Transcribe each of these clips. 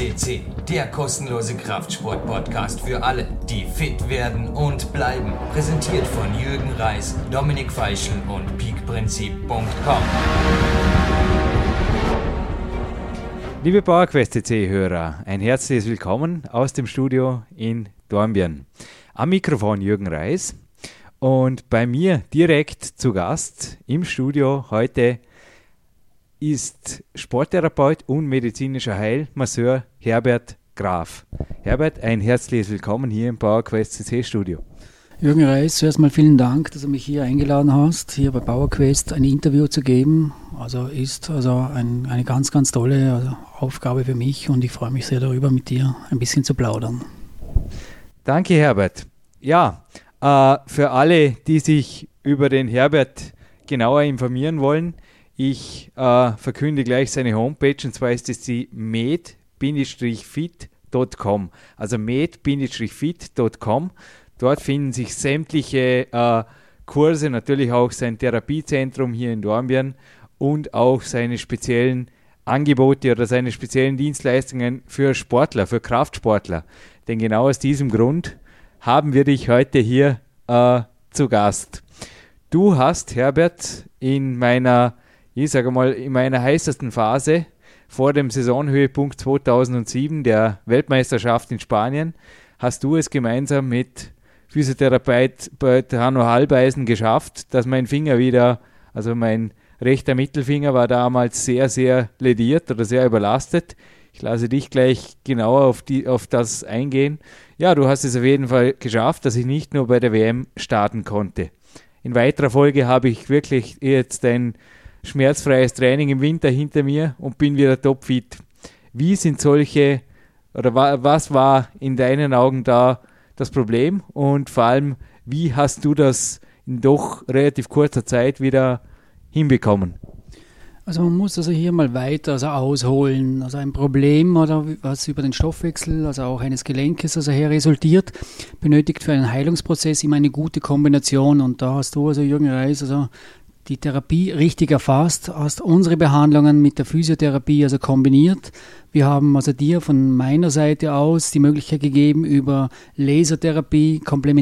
CC, der kostenlose Kraftsport-Podcast für alle, die fit werden und bleiben. Präsentiert von Jürgen Reis, Dominik Feischl und peakprinzip.com. Liebe PowerQuest CC-Hörer, ein herzliches Willkommen aus dem Studio in Dornbirn. Am Mikrofon Jürgen Reis und bei mir direkt zu Gast im Studio heute ist Sporttherapeut und medizinischer Heilmasseur Herbert Graf. Herbert, ein herzliches Willkommen hier im PowerQuest CC Studio. Jürgen Reis, zuerst mal vielen Dank, dass du mich hier eingeladen hast, hier bei PowerQuest ein Interview zu geben. Ist eine ganz, ganz tolle Aufgabe für mich und ich freue mich sehr darüber, mit dir ein bisschen zu plaudern. Danke, Herbert. Ja, für alle, die sich über den Herbert genauer informieren wollen, ich verkünde gleich seine Homepage, und zwar ist es die med-fit.com. Also med-fit.com. Dort finden sich sämtliche Kurse, natürlich auch sein Therapiezentrum hier in Dornbirn und auch seine speziellen Angebote oder seine speziellen Dienstleistungen für Sportler, für Kraftsportler. Denn genau aus diesem Grund haben wir dich heute hier zu Gast. Du hast, Herbert, in meiner heißesten Phase vor dem Saisonhöhepunkt 2007, der Weltmeisterschaft in Spanien, hast du es gemeinsam mit Physiotherapeut Hanno Halbeisen geschafft, dass mein Finger wieder, also mein rechter Mittelfinger war damals sehr, sehr lediert oder sehr überlastet. Ich lasse dich gleich genauer auf das eingehen. Ja, du hast es auf jeden Fall geschafft, dass ich nicht nur bei der WM starten konnte. In weiterer Folge habe ich wirklich jetzt ein schmerzfreies Training im Winter hinter mir und bin wieder topfit. Wie sind was war in deinen Augen da das Problem und vor allem, wie hast du das in doch relativ kurzer Zeit wieder hinbekommen? Also man muss hier mal weiter ausholen. Also ein Problem, was über den Stoffwechsel, also auch eines Gelenkes her resultiert, benötigt für einen Heilungsprozess immer eine gute Kombination. Und da hast du, Jürgen Reis, die Therapie richtig erfasst, hast unsere Behandlungen mit der Physiotherapie kombiniert. Wir haben dir von meiner Seite aus die Möglichkeit gegeben, über Lasertherapie,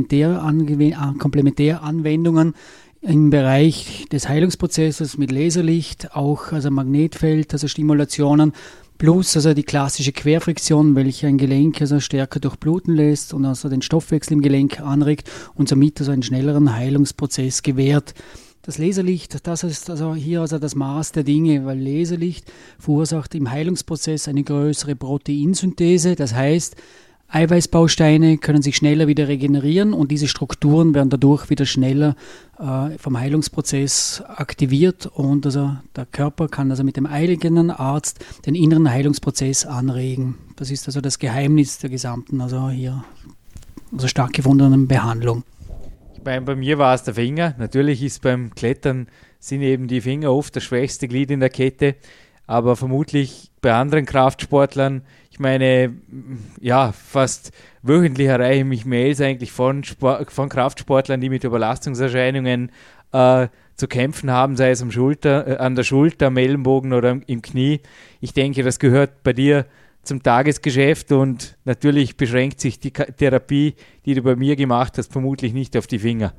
Komplementäranwendungen im Bereich des Heilungsprozesses mit Laserlicht, auch Magnetfeld, Stimulationen, plus die klassische Querfrixion, welche ein Gelenk stärker durchbluten lässt und den Stoffwechsel im Gelenk anregt und somit einen schnelleren Heilungsprozess gewährt. Das Laserlicht, das ist hier das Maß der Dinge, weil Laserlicht verursacht im Heilungsprozess eine größere Proteinsynthese. Das heißt, Eiweißbausteine können sich schneller wieder regenerieren und diese Strukturen werden dadurch wieder schneller vom Heilungsprozess aktiviert und der Körper kann mit dem eigenen Arzt den inneren Heilungsprozess anregen. Das ist das Geheimnis der gesamten, stark gefundenen Behandlung. Bei mir war es der Finger. Natürlich ist beim Klettern sind eben die Finger oft das schwächste Glied in der Kette, aber vermutlich bei anderen Kraftsportlern, ich meine, ja, fast wöchentlich erreichen mich Mails eigentlich von Kraftsportlern, die mit Überlastungserscheinungen zu kämpfen haben, sei es an der Schulter, am Ellenbogen oder im Knie. Ich denke, das gehört bei dir zum Tagesgeschäft und natürlich beschränkt sich die Therapie, die du bei mir gemacht hast, vermutlich nicht auf die Finger.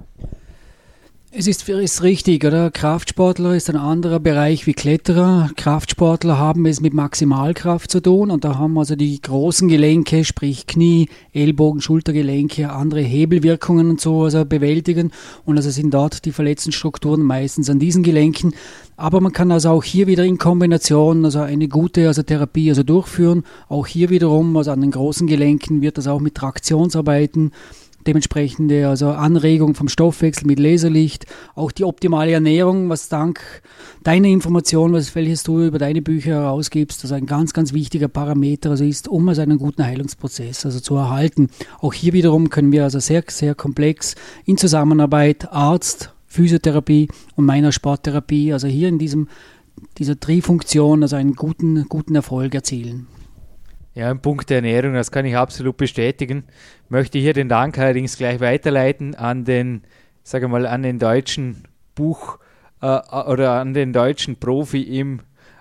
Es ist richtig, oder? Kraftsportler ist ein anderer Bereich wie Kletterer. Kraftsportler haben es mit Maximalkraft zu tun und da haben die großen Gelenke, sprich Knie, Ellbogen, Schultergelenke, andere Hebelwirkungen und so bewältigen und sind dort die verletzten Strukturen meistens an diesen Gelenken. Aber man kann auch hier wieder in Kombination eine gute Therapie durchführen. Auch hier wiederum, an den großen Gelenken wird das auch mit Traktionsarbeiten, dementsprechende Anregung vom Stoffwechsel mit Laserlicht, auch die optimale Ernährung, was dank deiner Information, welches du über deine Bücher herausgibst, ein ganz, ganz wichtiger Parameter ist, um einen guten Heilungsprozess zu erhalten. Auch hier wiederum können wir sehr, sehr komplex in Zusammenarbeit Arzt, Physiotherapie und meiner Sporttherapie, hier in dieser Trifunktion, einen guten Erfolg erzielen. Ja, im Punkt der Ernährung, das kann ich absolut bestätigen. Möchte hier den Dank allerdings gleich weiterleiten an den deutschen oder an den deutschen Profi im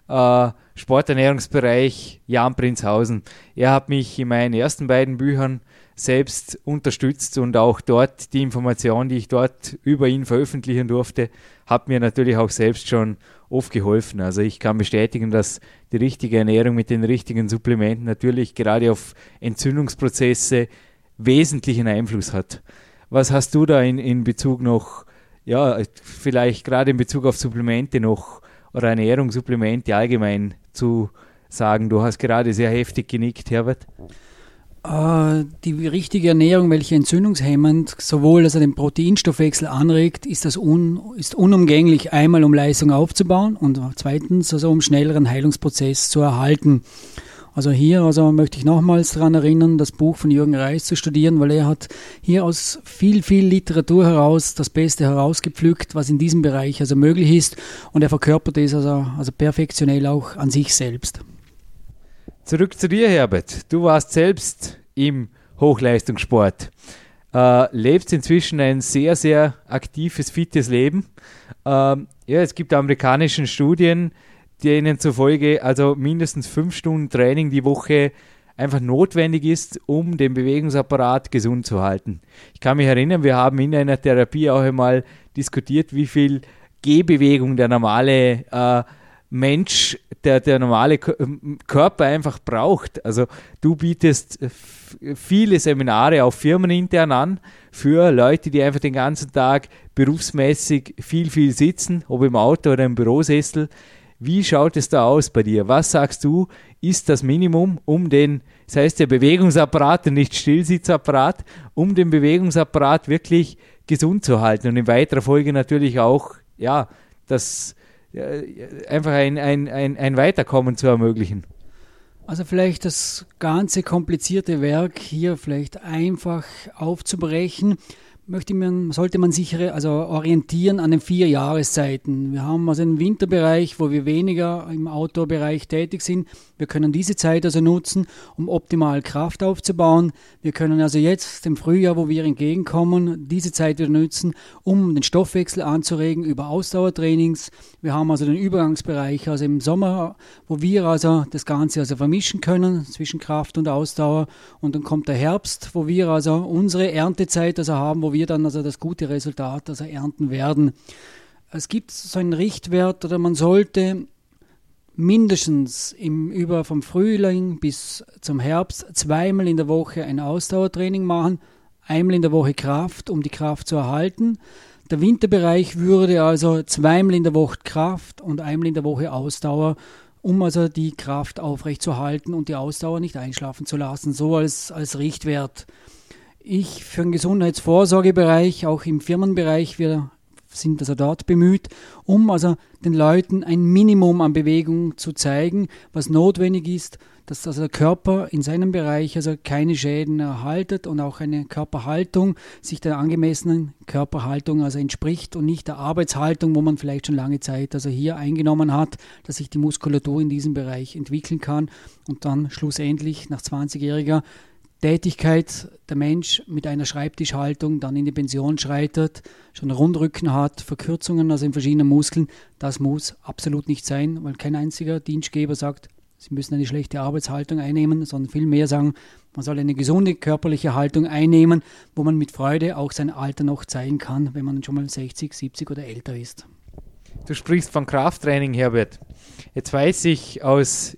Sporternährungsbereich Jan Prinzhausen. Er hat mich in meinen ersten beiden Büchern selbst unterstützt und auch dort die Information, die ich dort über ihn veröffentlichen durfte, hat mir natürlich auch selbst schon oft geholfen. Also ich kann bestätigen, dass die richtige Ernährung mit den richtigen Supplementen natürlich gerade auf Entzündungsprozesse wesentlichen Einfluss hat. Was hast du da in Bezug noch, ja, vielleicht gerade in Bezug auf Supplemente noch oder Ernährung, Supplemente allgemein zu sagen? Du hast gerade sehr heftig genickt, Herbert. Die richtige Ernährung, welche entzündungshemmend sowohl den Proteinstoffwechsel anregt, ist unumgänglich, einmal um Leistung aufzubauen und zweitens um schnelleren Heilungsprozess zu erhalten. Also hier möchte ich nochmals daran erinnern, das Buch von Jürgen Reis zu studieren, weil er hat hier aus viel Literatur heraus das Beste herausgepflückt, was in diesem Bereich möglich ist, und er verkörpert es also perfektionell auch an sich selbst. Zurück zu dir, Herbert. Du warst selbst im Hochleistungssport, lebst inzwischen ein sehr, sehr aktives, fittes Leben. Es gibt amerikanische Studien, denen zufolge also mindestens 5 Stunden Training die Woche einfach notwendig ist, um den Bewegungsapparat gesund zu halten. Ich kann mich erinnern, wir haben in einer Therapie auch einmal diskutiert, wie viel Gehbewegung der normale Mensch, der normale Körper einfach braucht. Also du bietest viele Seminare auch firmenintern an für Leute, die einfach den ganzen Tag berufsmäßig viel sitzen, ob im Auto oder im Bürosessel. Wie schaut es da aus bei dir? Was sagst du, ist das Minimum, das heißt der Bewegungsapparat und nicht Stillsitzapparat, um den Bewegungsapparat wirklich gesund zu halten und in weiterer Folge natürlich auch, einfach ein Weiterkommen zu ermöglichen? Also vielleicht das ganze komplizierte Werk hier vielleicht einfach aufzubrechen, sollte man sich orientieren an den 4 Jahreszeiten. Wir haben einen Winterbereich, wo wir weniger im Outdoor-Bereich tätig sind. Wir können diese Zeit nutzen, um optimal Kraft aufzubauen. Wir können jetzt im Frühjahr, wo wir entgegenkommen, diese Zeit wieder nutzen, um den Stoffwechsel anzuregen über Ausdauertrainings. Wir haben den Übergangsbereich, im Sommer, wo wir das Ganze vermischen können zwischen Kraft und Ausdauer. Und dann kommt der Herbst, wo wir unsere Erntezeit haben, wo wir dann das gute Resultat ernten werden. Es gibt so einen Richtwert, oder man sollte mindestens vom Frühling bis zum Herbst 2-mal in der Woche ein Ausdauertraining machen, 1-mal in der Woche Kraft, um die Kraft zu erhalten. Der Winterbereich würde 2-mal in der Woche Kraft und 1-mal in der Woche Ausdauer, um die Kraft aufrechtzuerhalten und die Ausdauer nicht einschlafen zu lassen, so als Richtwert. Für den Gesundheitsvorsorgebereich, auch im Firmenbereich, wir sind dort bemüht, um den Leuten ein Minimum an Bewegung zu zeigen, was notwendig ist, dass der Körper in seinem Bereich keine Schäden erhaltet und auch eine Körperhaltung sich der angemessenen Körperhaltung entspricht und nicht der Arbeitshaltung, wo man vielleicht schon lange Zeit hier eingenommen hat, dass sich die Muskulatur in diesem Bereich entwickeln kann und dann schlussendlich nach 20-jähriger Tätigkeit der Mensch mit einer Schreibtischhaltung dann in die Pension schreitet, schon Rundrücken hat, Verkürzungen in verschiedenen Muskeln. Das muss absolut nicht sein, weil kein einziger Dienstgeber sagt, sie müssen eine schlechte Arbeitshaltung einnehmen, sondern vielmehr sagen, man soll eine gesunde körperliche Haltung einnehmen, wo man mit Freude auch sein Alter noch zeigen kann, wenn man schon mal 60, 70 oder älter ist. Du sprichst von Krafttraining, Herbert. Jetzt weiß ich aus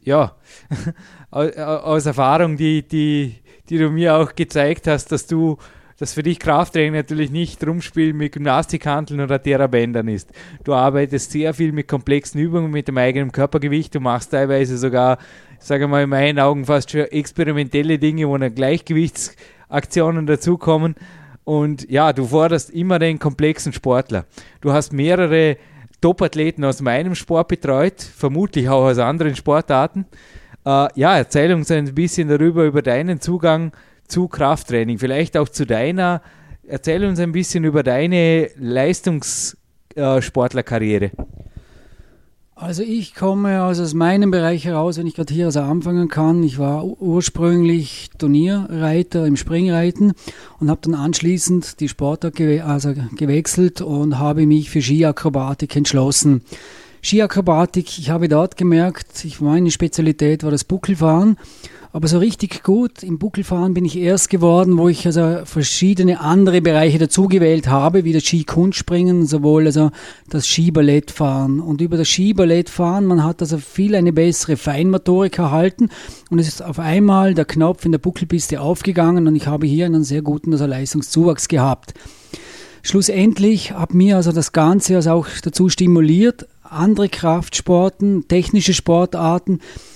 Erfahrung, die du mir auch gezeigt hast, dass für dich Krafttraining natürlich nicht Rumspielen mit Gymnastikhanteln oder Therabändern ist. Du arbeitest sehr viel mit komplexen Übungen, mit dem eigenen Körpergewicht. Du machst teilweise sogar, sage mal in meinen Augen, fast schon experimentelle Dinge, wo dann Gleichgewichtsaktionen dazukommen. Und ja, du forderst immer den komplexen Sportler. Du hast mehrere Top-Athleten aus meinem Sport betreut, vermutlich auch aus anderen Sportarten. Erzähl uns ein bisschen über deinen Zugang zu Krafttraining, vielleicht auch erzähl uns ein bisschen über deine Leistungssportlerkarriere. Also ich komme aus meinem Bereich heraus, wenn ich gerade hier anfangen kann. Ich war ursprünglich Turnierreiter im Springreiten und habe dann anschließend die Sportart gewechselt und habe mich für Skiakrobatik entschlossen. Skiakrobatik, ich habe dort gemerkt, meine Spezialität war das Buckelfahren. Aber so richtig gut im Buckelfahren bin ich erst geworden, wo ich also verschiedene andere Bereiche dazugewählt habe, wie das Skikunstspringen, sowohl also das Skiballettfahren. Und über das Skiballettfahren, man hat also viel eine bessere Feinmotorik erhalten und es ist auf einmal der Knopf in der Buckelpiste aufgegangen und ich habe hier einen sehr guten Leistungszuwachs gehabt. Schlussendlich hat mir also das Ganze also auch dazu stimuliert, andere Kraftsporten, technische Sportarten,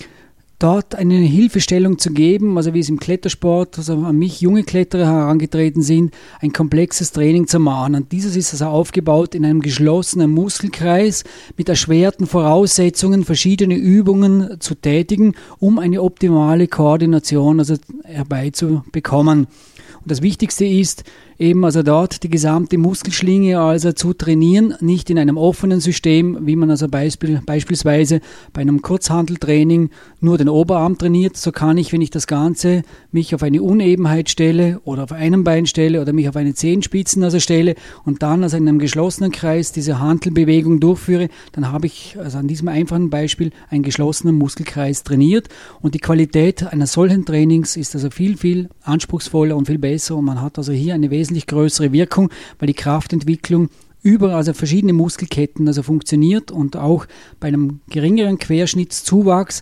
dort eine Hilfestellung zu geben, also wie es im Klettersport, also an mich junge Kletterer herangetreten sind, ein komplexes Training zu machen. Und dieses ist also aufgebaut in einem geschlossenen Muskelkreis mit erschwerten Voraussetzungen, verschiedene Übungen zu tätigen, um eine optimale Koordination also herbeizubekommen. Und das Wichtigste ist, eben also dort die gesamte Muskelschlinge also zu trainieren, nicht in einem offenen System, wie man also beispielsweise bei einem Kurzhanteltraining nur den Oberarm trainiert. So kann ich, wenn ich das Ganze mich auf eine Unebenheit stelle oder auf einem Bein stelle oder mich auf eine Zehenspitzen also stelle und dann also in einem geschlossenen Kreis diese Hantelbewegung durchführe, dann habe ich also an diesem einfachen Beispiel einen geschlossenen Muskelkreis trainiert und die Qualität eines solchen Trainings ist also viel, viel anspruchsvoller und viel besser und man hat also hier eine wesentlich größere Wirkung, weil die Kraftentwicklung über also verschiedene Muskelketten also funktioniert und auch bei einem geringeren Querschnittszuwachs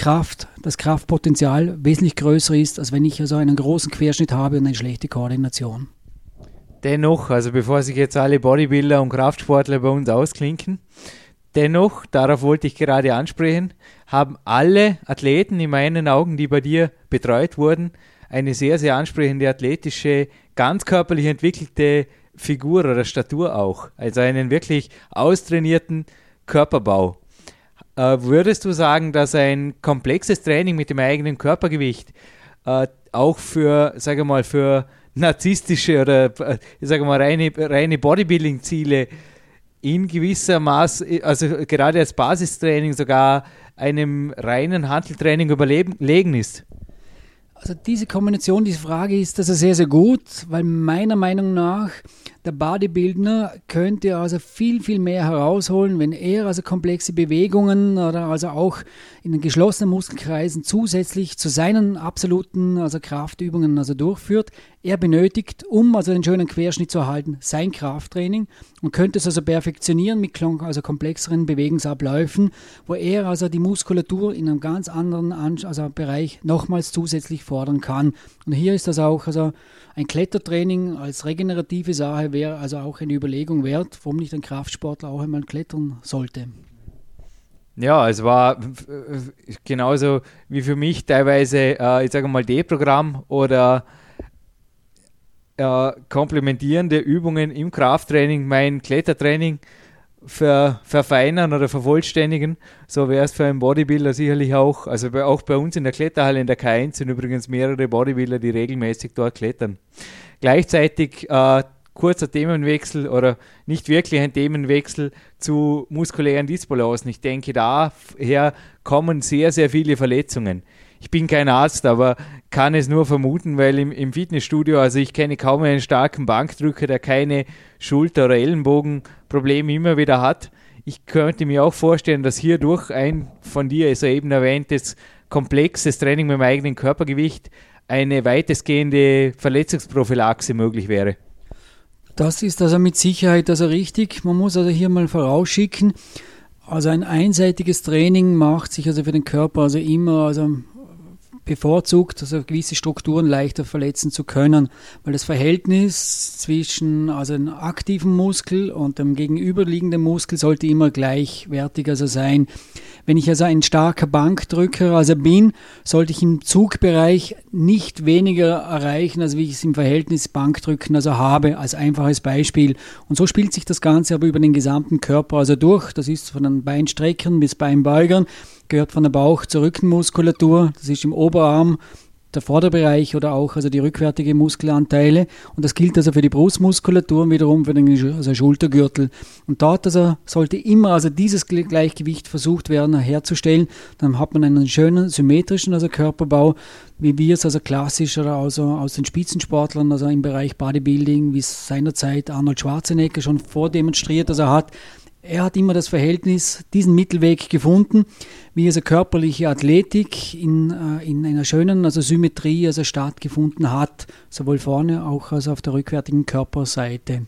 das Kraftpotenzial wesentlich größer ist, als wenn ich also einen großen Querschnitt habe und eine schlechte Koordination. Dennoch, also bevor sich jetzt alle Bodybuilder und Kraftsportler bei uns ausklinken, dennoch, darauf wollte ich gerade ansprechen, haben alle Athleten in meinen Augen, die bei dir betreut wurden, eine sehr, sehr ansprechende athletische, ganzkörperlich entwickelte Figur oder Statur auch. Also einen wirklich austrainierten Körperbau. Würdest du sagen, dass ein komplexes Training mit dem eigenen Körpergewicht auch für, sage mal, für narzisstische oder sage mal reine Bodybuilding-Ziele in gewisser Maß, also gerade als Basistraining sogar einem reinen Hanteltraining überlegen ist? Also diese Kombination, diese Frage ist also sehr, sehr gut, weil meiner Meinung nach der Bodybuilder könnte also viel, viel mehr herausholen, wenn er also komplexe Bewegungen oder also auch in den geschlossenen Muskelkreisen zusätzlich zu seinen absoluten also Kraftübungen also durchführt. Er benötigt, um also den schönen Querschnitt zu erhalten, sein Krafttraining und könnte es also perfektionieren mit also komplexeren Bewegungsabläufen, wo er also die Muskulatur in einem ganz anderen Bereich nochmals zusätzlich fordern kann. Und hier ist das auch also ein Klettertraining als regenerative Sache wäre also auch eine Überlegung wert, warum nicht ein Kraftsportler auch einmal klettern sollte. Ja, es war genauso wie für mich teilweise, ich sage mal, D-Programm oder komplementierende Übungen im Krafttraining, mein Klettertraining verfeinern oder vervollständigen. So wäre es für einen Bodybuilder sicherlich auch. Also auch bei uns in der Kletterhalle in der K1 sind übrigens mehrere Bodybuilder, die regelmäßig dort klettern. Gleichzeitig kurzer Themenwechsel oder nicht wirklich ein Themenwechsel zu muskulären Dysbalancen. Ich denke, daher kommen sehr, sehr viele Verletzungen. Ich bin kein Arzt, aber kann es nur vermuten, weil im Fitnessstudio, also ich kenne kaum einen starken Bankdrücker, der keine Schulter- oder Ellenbogenprobleme immer wieder hat. Ich könnte mir auch vorstellen, dass hierdurch ein von dir soeben erwähntes komplexes Training mit dem eigenen Körpergewicht eine weitestgehende Verletzungsprophylaxe möglich wäre. Das ist also mit Sicherheit also richtig. Man muss also hier mal vorausschicken, also ein einseitiges Training macht sich also für den Körper also immer also bevorzugt, also gewisse Strukturen leichter verletzen zu können, weil das Verhältnis zwischen also einem aktiven Muskel und dem gegenüberliegenden Muskel sollte immer gleichwertig also sein. Wenn ich also ein starker Bankdrücker also bin, sollte ich im Zugbereich nicht weniger erreichen, als wie ich es im Verhältnis Bankdrücken also habe, als einfaches Beispiel. Und so spielt sich das Ganze aber über den gesamten Körper also durch. Das ist von den Beinstreckern bis Beinbeugern, gehört von der Bauch- zur Rückenmuskulatur, das ist im Oberarm der Vorderbereich oder auch also die rückwärtige Muskelanteile und das gilt also für die Brustmuskulatur und wiederum für den also Schultergürtel und dort also sollte immer also dieses Gleichgewicht versucht werden herzustellen, dann hat man einen schönen symmetrischen also Körperbau, wie wir es also klassisch oder also aus den Spitzensportlern also im Bereich Bodybuilding, wie es seinerzeit Arnold Schwarzenegger schon vordemonstriert also hat. Er hat immer das Verhältnis, diesen Mittelweg gefunden, wie also körperliche Athletik in einer schönen Symmetrie stattgefunden hat, sowohl vorne auch als auf der rückwärtigen Körperseite.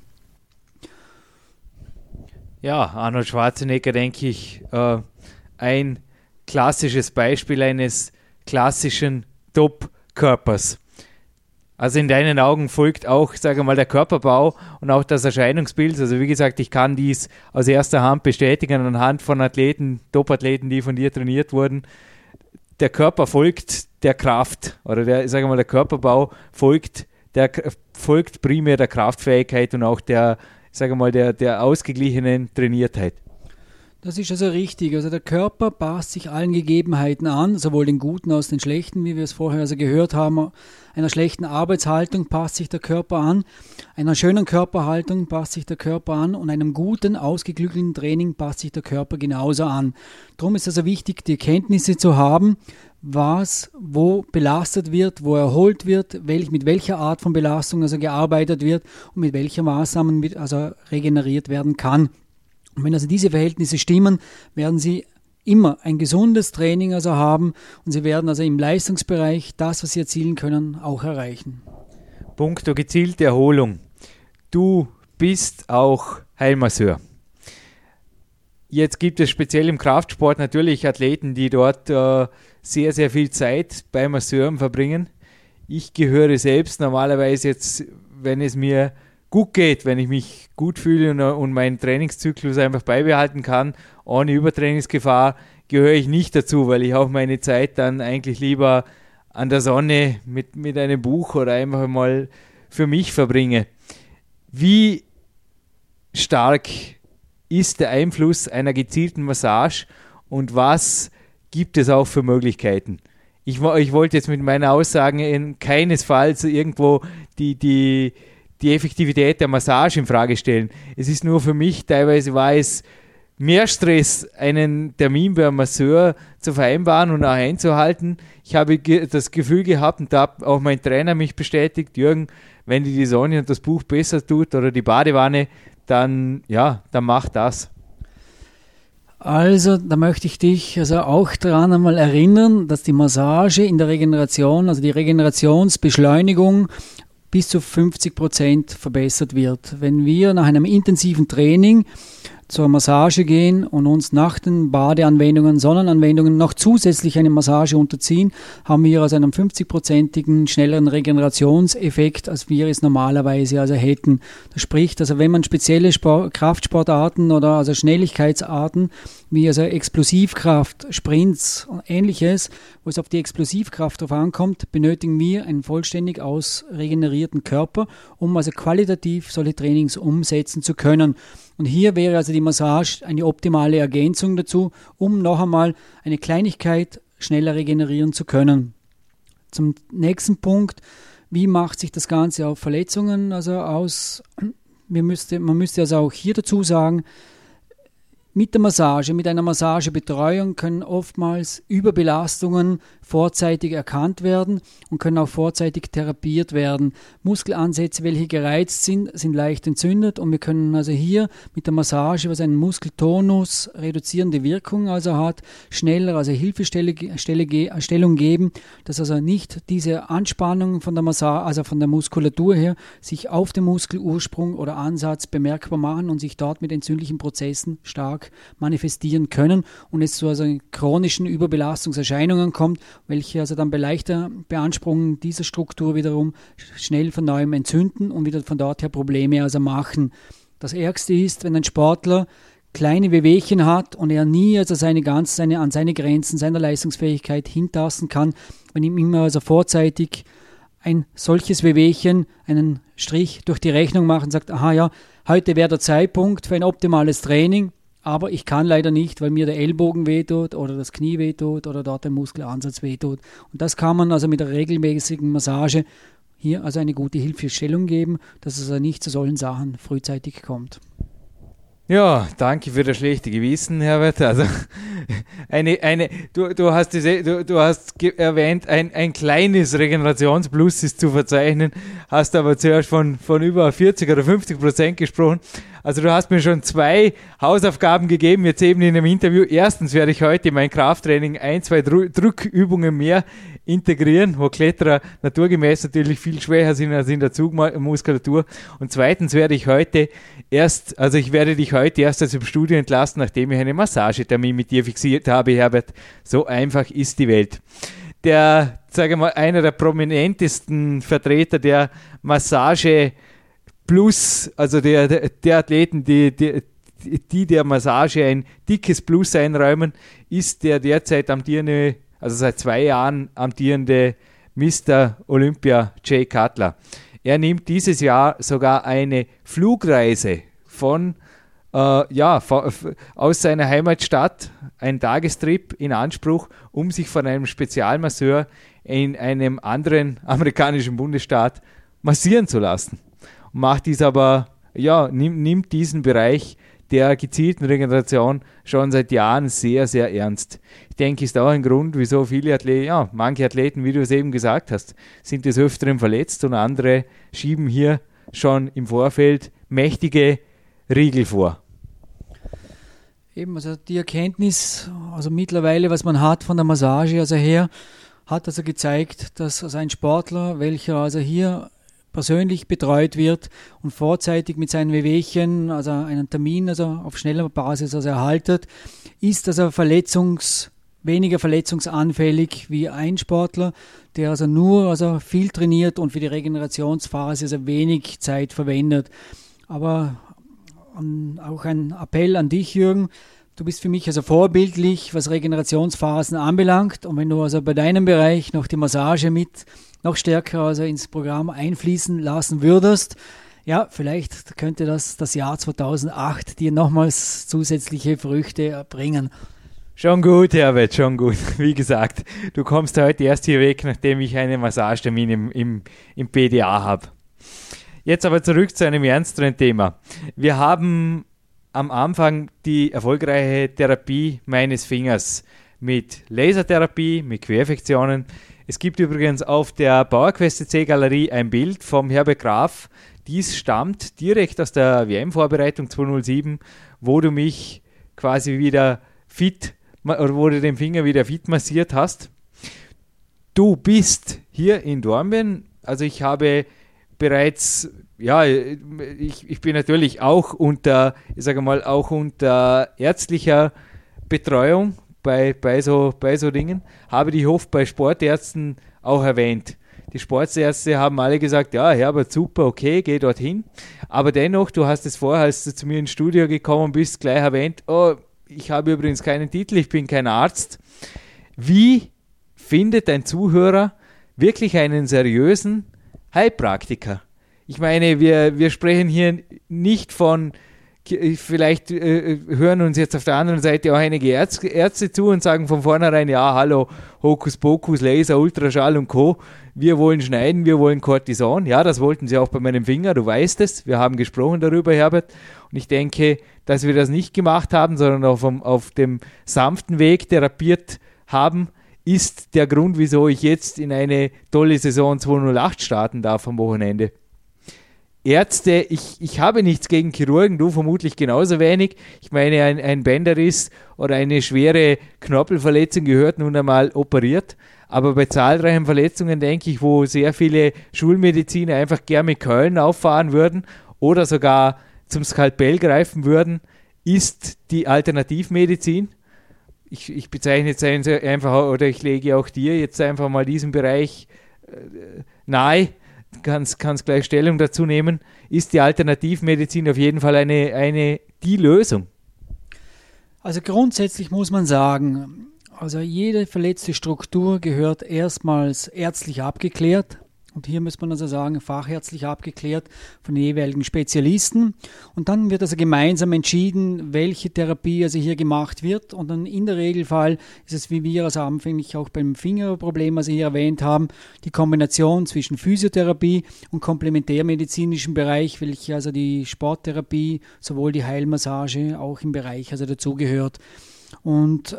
Ja, Arnold Schwarzenegger, denke ich, ein klassisches Beispiel eines klassischen Top-Körpers. Also in deinen Augen folgt auch, sage mal, der Körperbau und auch das Erscheinungsbild. Also wie gesagt, ich kann dies aus erster Hand bestätigen anhand von Athleten, Top-Athleten, die von dir trainiert wurden. Der Körper folgt der Kraft oder der Körperbau folgt primär der Kraftfähigkeit und auch der ausgeglichenen Trainiertheit. Das ist also richtig. Also der Körper passt sich allen Gegebenheiten an, sowohl den guten als den schlechten, wie wir es vorher gehört haben. Einer schlechten Arbeitshaltung passt sich der Körper an, einer schönen Körperhaltung passt sich der Körper an und einem guten, ausgeklügelten Training passt sich der Körper genauso an. Darum ist es also wichtig, die Kenntnisse zu haben, was wo belastet wird, wo erholt wird, mit welcher Art von Belastung gearbeitet wird und mit welchen Maßnahmen regeneriert werden kann. Und wenn diese Verhältnisse stimmen, werden Sie immer ein gesundes Training haben und Sie werden im Leistungsbereich das, was Sie erzielen können, auch erreichen. Punkto gezielte Erholung. Du bist auch Heilmasseur. Jetzt gibt es speziell im Kraftsport natürlich Athleten, die dort sehr, sehr viel Zeit bei Masseuren verbringen. Ich gehöre selbst normalerweise jetzt, wenn es mir gut geht, wenn ich mich gut fühle und meinen Trainingszyklus einfach beibehalten kann, ohne Übertrainingsgefahr, gehöre ich nicht dazu, weil ich auch meine Zeit dann eigentlich lieber an der Sonne mit einem Buch oder einfach mal für mich verbringe. Wie stark ist der Einfluss einer gezielten Massage und was gibt es auch für Möglichkeiten? Ich wollte jetzt mit meinen Aussagen keinesfalls irgendwo die Effektivität der Massage in Frage stellen. Es ist nur für mich, teilweise war es mehr Stress, einen Termin beim Masseur zu vereinbaren und auch einzuhalten. Ich habe das Gefühl gehabt und da hat auch mein Trainer mich bestätigt, Jürgen, wenn dir die Sonne und das Buch besser tut oder die Badewanne, dann mach das. Also, da möchte ich dich auch daran einmal erinnern, dass die Massage in der Regeneration, die Regenerationsbeschleunigung bis zu 50% verbessert wird. Wenn wir nach einem intensiven Training zur Massage gehen und uns nach den Badeanwendungen, Sonnenanwendungen noch zusätzlich eine Massage unterziehen, haben wir einen 50%igen schnelleren Regenerationseffekt, als wir es normalerweise hätten. Das spricht, wenn man spezielle Kraftsportarten oder Schnelligkeitsarten wie Explosivkraft, Sprints und Ähnliches, wo es auf die Explosivkraft drauf ankommt, benötigen wir einen vollständig ausregenerierten Körper, um qualitativ solche Trainings umsetzen zu können. Und hier wäre die Massage eine optimale Ergänzung dazu, um noch einmal eine Kleinigkeit schneller regenerieren zu können. Zum nächsten Punkt, wie macht sich das Ganze auf Verletzungen aus? Man müsste auch hier dazu sagen, mit einer Massagebetreuung können oftmals Überbelastungen vorzeitig erkannt werden und können auch vorzeitig therapiert werden. Muskelansätze, welche gereizt sind leicht entzündet und wir können hier mit der Massage, was einen Muskeltonus reduzierende Wirkung hat, schneller Hilfestellung geben, dass nicht diese Anspannung von der Massage, von der Muskulatur her, sich auf dem Muskelursprung oder Ansatz bemerkbar machen und sich dort mit entzündlichen Prozessen stark manifestieren können und es zu chronischen Überbelastungserscheinungen kommt, welche dann bei leichter Beanspruchung dieser Struktur wiederum schnell von neuem entzünden und wieder von dort her Probleme machen. Das Ärgste ist, wenn ein Sportler kleine Wehwehchen hat und er nie an seine Grenzen seiner Leistungsfähigkeit hintasten kann, wenn ihm immer vorzeitig ein solches Wehwehchen einen Strich durch die Rechnung macht und sagt, aha ja, heute wäre der Zeitpunkt für ein optimales Training, aber ich kann leider nicht, weil mir der Ellbogen wehtut oder das Knie wehtut oder dort der Muskelansatz wehtut. Und das kann man mit der regelmäßigen Massage hier eine gute Hilfestellung geben, dass es nicht zu solchen Sachen frühzeitig kommt. Ja, danke für das schlechte Gewissen, Herbert. Also du hast erwähnt, ein kleines Regenerationsplus ist zu verzeichnen, hast aber zuerst von über 40 oder 50% gesprochen. Also du hast mir schon 2 Hausaufgaben gegeben, jetzt eben in einem Interview. Erstens werde ich heute in mein Krafttraining 1, 2 Drückübungen mehr integrieren, wo Kletterer naturgemäß natürlich viel schwächer sind als in der Zugmuskulatur. Und zweitens werde ich ich werde dich heute erst aus dem Studio entlassen, nachdem ich einen Massagetermin mit dir fixiert habe, Herbert. So einfach ist die Welt. Einer der prominentesten Vertreter der Massage Plus, also der Athleten, die der Massage ein dickes Plus einräumen, ist der derzeit amtierende, also seit 2 Jahren amtierende Mr. Olympia Jay Cutler. Er nimmt dieses Jahr sogar eine Flugreise aus seiner Heimatstadt, einen Tagestrip in Anspruch, um sich von einem Spezialmasseur in einem anderen amerikanischen Bundesstaat massieren zu lassen. Und macht dies aber, nimmt diesen Bereich der gezielten Regeneration schon seit Jahren sehr, sehr ernst. Ich denke, ist auch ein Grund, wieso manche Athleten, wie du es eben gesagt hast, sind des Öfteren verletzt und andere schieben hier schon im Vorfeld mächtige Riegel vor. Eben, also die Erkenntnis, also mittlerweile, was man hat von der Massage, hat also gezeigt, dass also ein Sportler, welcher also hier persönlich betreut wird und vorzeitig mit seinen Wehwehchen, also einen Termin, also auf schneller Basis erhaltet, ist also weniger verletzungsanfällig wie ein Sportler, der nur viel trainiert und für die Regenerationsphase wenig Zeit verwendet. Aber auch ein Appell an dich, Jürgen. Du bist für mich vorbildlich, was Regenerationsphasen anbelangt. Und wenn du bei deinem Bereich noch die Massage noch stärker ins Programm einfließen lassen würdest, ja, vielleicht könnte das Jahr 2008 dir nochmals zusätzliche Früchte bringen. Schon gut, Herbert, schon gut. Wie gesagt, du kommst heute erst hier weg, nachdem ich einen Massagetermin im PDA habe. Jetzt aber zurück zu einem ernsteren Thema. Wir haben am Anfang die erfolgreiche Therapie meines Fingers mit Lasertherapie, mit Querfektionen. Es gibt übrigens auf der PowerQuest CC Galerie ein Bild vom Herbert Graf. Dies stammt direkt aus der WM-Vorbereitung 2007, wo du mich quasi wieder wo du den Finger wieder fit massiert hast. Du bist hier in Dornbirn, also ich habe bereits, ich bin natürlich auch unter ärztlicher Betreuung bei so Dingen, habe die Hof bei Sportärzten auch erwähnt. Die Sportärzte haben alle gesagt, ja, Herbert, super, okay, geh dorthin. Aber dennoch, du hast es vorher, als du zu mir ins Studio gekommen bist, gleich erwähnt, ich habe übrigens keinen Titel, ich bin kein Arzt. Wie findet ein Zuhörer wirklich einen seriösen Heilpraktiker? Ich meine, wir sprechen hier nicht von, vielleicht hören uns jetzt auf der anderen Seite auch einige Ärzte zu und sagen von vornherein, ja, hallo, Hokuspokus, Laser, Ultraschall und Co. Wir wollen schneiden, wir wollen Cortison. Ja, das wollten sie auch bei meinem Finger, du weißt es. Wir haben gesprochen darüber, Herbert. Und ich denke, dass wir das nicht gemacht haben, sondern auf dem sanften Weg therapiert haben, ist der Grund, wieso ich jetzt in eine tolle Saison 2008 starten darf am Wochenende. Ärzte, ich habe nichts gegen Chirurgen, du vermutlich genauso wenig. Ich meine, ein Bänderriss oder eine schwere Knorpelverletzung gehört nun einmal operiert. Aber bei zahlreichen Verletzungen, denke ich, wo sehr viele Schulmediziner einfach gern mit Keulen auffahren würden oder sogar zum Skalpell greifen würden, ist die Alternativmedizin. Ich bezeichne jetzt einfach, oder ich lege auch dir jetzt einfach mal diesen Bereich nahe, kannst gleich Stellung dazu nehmen, ist die Alternativmedizin auf jeden Fall die Lösung. Also grundsätzlich muss man sagen, also jede verletzte Struktur gehört erstmals ärztlich abgeklärt. Und hier muss man also sagen, fachärztlich abgeklärt von den jeweiligen Spezialisten. Und dann wird also gemeinsam entschieden, welche Therapie also hier gemacht wird. Und dann in der Regelfall ist es, wie wir also anfänglich auch beim Fingerproblem also hier erwähnt haben, die Kombination zwischen Physiotherapie und komplementärmedizinischem Bereich, welche also die Sporttherapie, sowohl die Heilmassage auch im Bereich also dazugehört. Und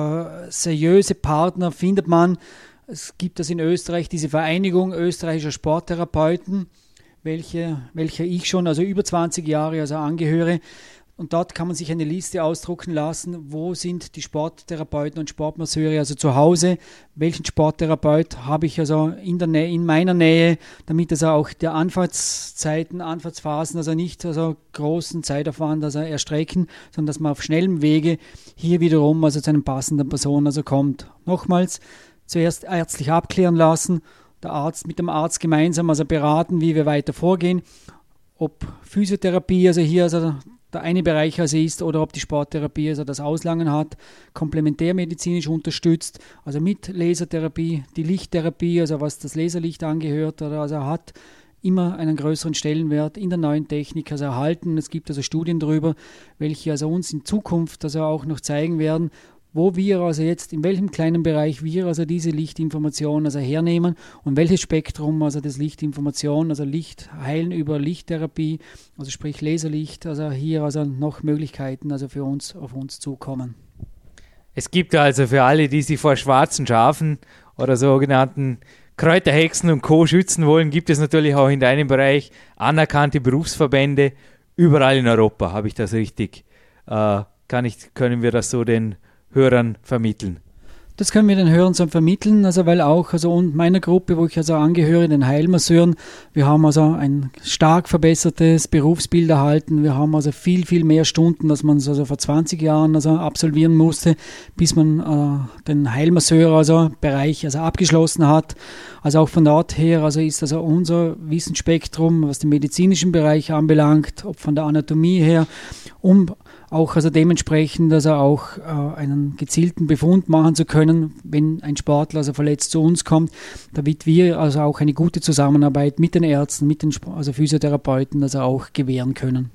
seriöse Partner findet man. Es gibt das in Österreich, diese Vereinigung österreichischer Sporttherapeuten, welcher ich schon also über 20 Jahre also angehöre. Und dort kann man sich eine Liste ausdrucken lassen, wo sind die Sporttherapeuten und Sportmasseure also zu Hause, welchen Sporttherapeut habe ich also in meiner Nähe, damit also auch die Anfahrtsphasen also nicht also großen Zeitaufwand also erstrecken, sondern dass man auf schnellem Wege hier wiederum also zu einer passenden Person also kommt. Nochmals, zuerst ärztlich abklären lassen, mit dem Arzt gemeinsam also beraten, wie wir weiter vorgehen, ob Physiotherapie also hier also der eine Bereich also ist oder ob die Sporttherapie also das Auslangen hat, komplementärmedizinisch unterstützt, also mit Lasertherapie, die Lichttherapie, also was das Laserlicht angehört oder also hat, immer einen größeren Stellenwert in der neuen Technik also erhalten. Es gibt also Studien darüber, welche also uns in Zukunft also auch noch zeigen werden, wo wir also jetzt, in welchem kleinen Bereich wir also diese Lichtinformation also hernehmen und welches Spektrum also das Lichtinformation, also Licht heilen über Lichttherapie, also sprich Laserlicht, also hier also noch Möglichkeiten also für uns auf uns zukommen. Es gibt also für alle, die sich vor schwarzen Schafen oder sogenannten Kräuterhexen und Co. schützen wollen, gibt es natürlich auch in deinem Bereich anerkannte Berufsverbände überall in Europa. Habe ich das richtig? Können wir das so den Hörern vermitteln? Das können wir den Hörern so vermitteln, also weil auch also und meiner Gruppe, wo ich also angehöre, den Heilmasseuren, wir haben also ein stark verbessertes Berufsbild erhalten. Wir haben also viel, viel mehr Stunden, als man es also vor 20 Jahren also absolvieren musste, bis man den Heilmasseur also Bereich also abgeschlossen hat. Also auch von dort her also ist also unser Wissensspektrum, was den medizinischen Bereich anbelangt, ob von der Anatomie her, auch also dementsprechend also auch einen gezielten Befund machen zu können, wenn ein Sportler also verletzt zu uns kommt, damit wir also auch eine gute Zusammenarbeit mit den Ärzten, mit den also Physiotherapeuten also auch gewähren können.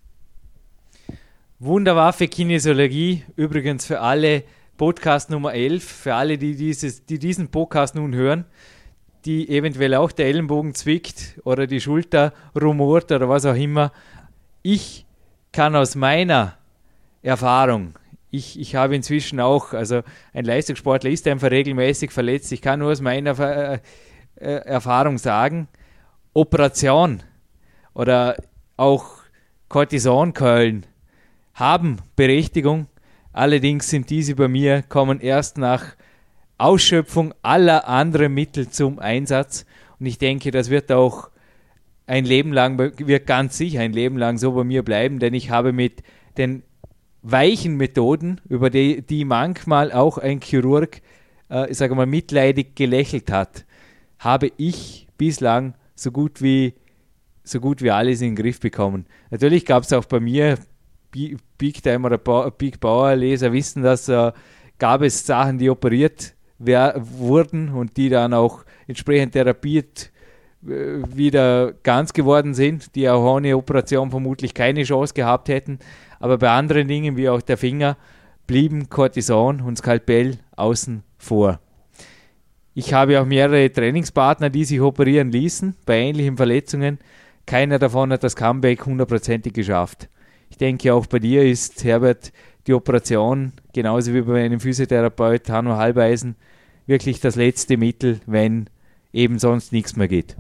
Wunderwaffe Kinesiologie, übrigens für alle Podcast Nummer 11, für alle, die diesen Podcast nun hören, die eventuell auch der Ellenbogen zwickt oder die Schulter rumort oder was auch immer. Ich kann aus meiner Erfahrung, ich habe inzwischen auch, also ein Leistungssportler ist einfach regelmäßig verletzt, ich kann nur aus meiner Erfahrung sagen, Operation oder auch Cortisonkeulen haben Berechtigung, allerdings sind diese bei mir, kommen erst nach Ausschöpfung aller anderen Mittel zum Einsatz und ich denke, das wird auch wird ganz sicher ein Leben lang so bei mir bleiben, denn ich habe mit den weichen Methoden, über die manchmal auch ein Chirurg, mitleidig gelächelt hat, habe ich bislang so gut wie alles in den Griff bekommen. Natürlich gab es auch bei mir, Big Time oder Big Bauer Leser wissen das, gab es Sachen, die operiert wurden und die dann auch entsprechend therapiert wieder ganz geworden sind, die auch ohne Operation vermutlich keine Chance gehabt hätten. Aber bei anderen Dingen, wie auch der Finger, blieben Cortison und Skalpell außen vor. Ich habe auch mehrere Trainingspartner, die sich operieren ließen, bei ähnlichen Verletzungen. Keiner davon hat das Comeback 100% geschafft. Ich denke, auch bei dir ist, Herbert, die Operation, genauso wie bei einem Physiotherapeut Hanno Halbeisen, wirklich das letzte Mittel, wenn eben sonst nichts mehr geht.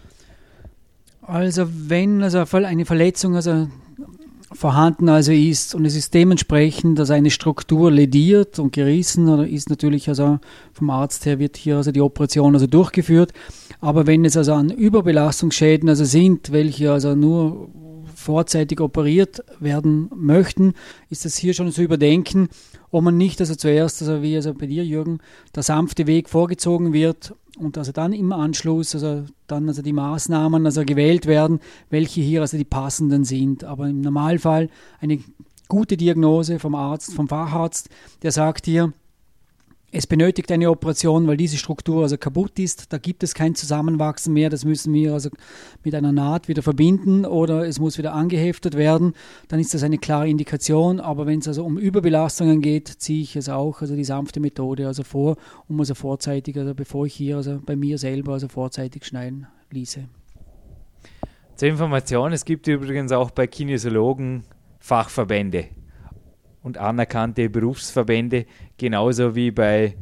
Also wenn also eine Verletzung also vorhanden also ist und es ist dementsprechend also eine Struktur lädiert und gerissen oder ist natürlich also vom Arzt her wird hier also die Operation also durchgeführt, aber wenn es also an Überbelastungsschäden also sind, welche also nur vorzeitig operiert werden möchten, ist das hier schon zu überdenken, ob man nicht also zuerst, also wie also bei dir Jürgen, der sanfte Weg vorgezogen wird und also dann im Anschluss also die Maßnahmen also gewählt werden, welche hier also die passenden sind. Aber im Normalfall eine gute Diagnose vom Arzt, vom Facharzt, der sagt hier, es benötigt eine Operation, weil diese Struktur also kaputt ist. Da gibt es kein Zusammenwachsen mehr. Das müssen wir also mit einer Naht wieder verbinden oder es muss wieder angeheftet werden. Dann ist das eine klare Indikation. Aber wenn es also um Überbelastungen geht, ziehe ich es auch, also die sanfte Methode also vor, um also vorzeitig, also bevor ich hier also bei mir selber also vorzeitig schneiden ließe. Zur Information, es gibt übrigens auch bei Kinesiologen Fachverbände und anerkannte Berufsverbände, genauso wie bei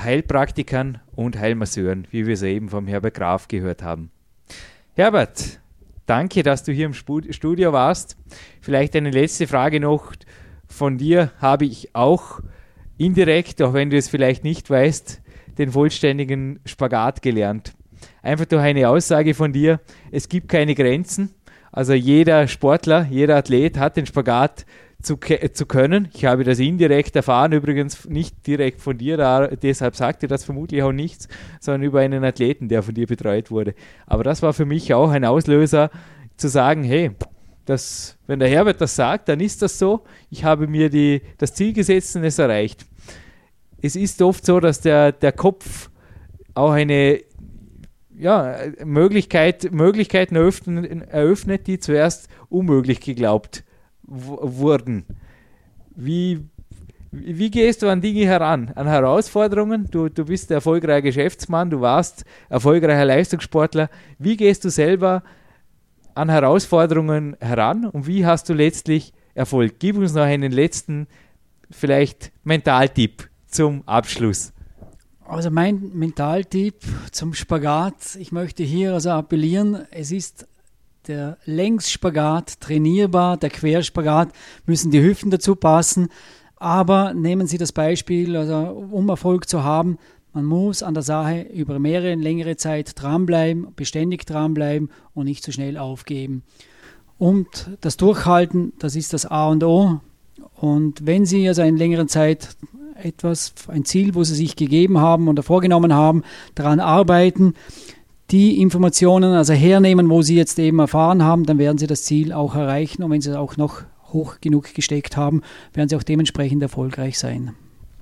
Heilpraktikern und Heilmasseuren, wie wir es eben vom Herbert Graf gehört haben. Herbert, danke, dass du hier im Studio warst. Vielleicht eine letzte Frage noch von dir. Habe ich auch indirekt, auch wenn du es vielleicht nicht weißt, den vollständigen Spagat gelernt. Einfach durch eine Aussage von dir, es gibt keine Grenzen. Also jeder Sportler, jeder Athlet hat den Spagat zu können. Ich habe das indirekt erfahren, übrigens nicht direkt von dir, deshalb sagte das vermutlich auch nichts, sondern über einen Athleten, der von dir betreut wurde. Aber das war für mich auch ein Auslöser, zu sagen, hey, wenn der Herbert das sagt, dann ist das so. Ich habe mir das Ziel gesetzt und es erreicht. Es ist oft so, dass der Kopf auch eine Möglichkeiten eröffnet, die zuerst unmöglich geglaubt wurden. Wie gehst du an Dinge heran, an Herausforderungen? Du bist ein erfolgreicher Geschäftsmann, du warst erfolgreicher Leistungssportler. Wie gehst du selber an Herausforderungen heran und wie hast du letztlich Erfolg? Gib uns noch einen letzten, vielleicht Mentaltipp zum Abschluss. Also mein Mentaltipp zum Spagat, ich möchte hier also appellieren, es ist der Längsspagat trainierbar, der Querspagat müssen die Hüften dazu passen, aber nehmen Sie das Beispiel, also um Erfolg zu haben, man muss an der Sache über längere Zeit dranbleiben, beständig dranbleiben und nicht zu schnell aufgeben. Und das Durchhalten, das ist das A und O. Und wenn Sie also in längeren Zeit ein Ziel, wo Sie sich gegeben haben oder vorgenommen haben, daran arbeiten, die Informationen also hernehmen, wo Sie jetzt eben erfahren haben, dann werden Sie das Ziel auch erreichen. Und wenn Sie es auch noch hoch genug gesteckt haben, werden Sie auch dementsprechend erfolgreich sein.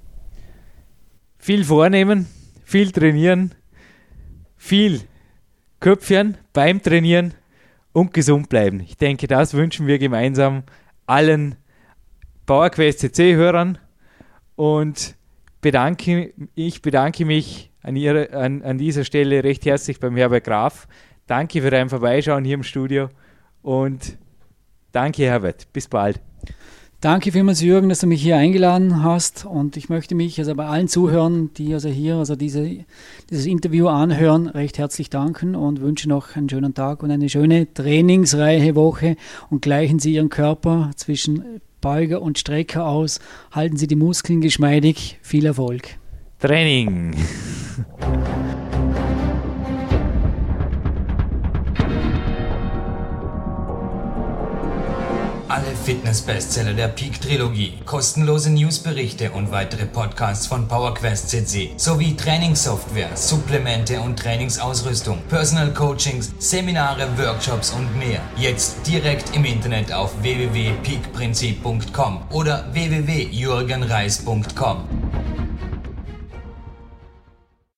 Viel vornehmen, viel trainieren, viel köpfern beim Trainieren und gesund bleiben. Ich denke, das wünschen wir gemeinsam allen PowerQuest CC-Hörern und ich bedanke mich an dieser Stelle recht herzlich beim Herbert Graf. Danke für dein Vorbeischauen hier im Studio und danke Herbert, bis bald. Danke vielmals, Jürgen, dass du mich hier eingeladen hast und ich möchte mich also bei allen Zuhörern, die also hier dieses Interview anhören, recht herzlich danken und wünsche noch einen schönen Tag und eine schöne trainingsreiche Woche und gleichen Sie Ihren Körper zwischen Beuger und Strecker aus, halten Sie die Muskeln geschmeidig, viel Erfolg. Training! Alle Fitness-Bestseller der Peak-Trilogie, kostenlose Newsberichte und weitere Podcasts von PowerQuest CC sowie Trainingssoftware, Supplemente und Trainingsausrüstung, Personal Coachings, Seminare, Workshops und mehr. Jetzt direkt im Internet auf www.peakprinzip.com oder www.jürgenreis.com.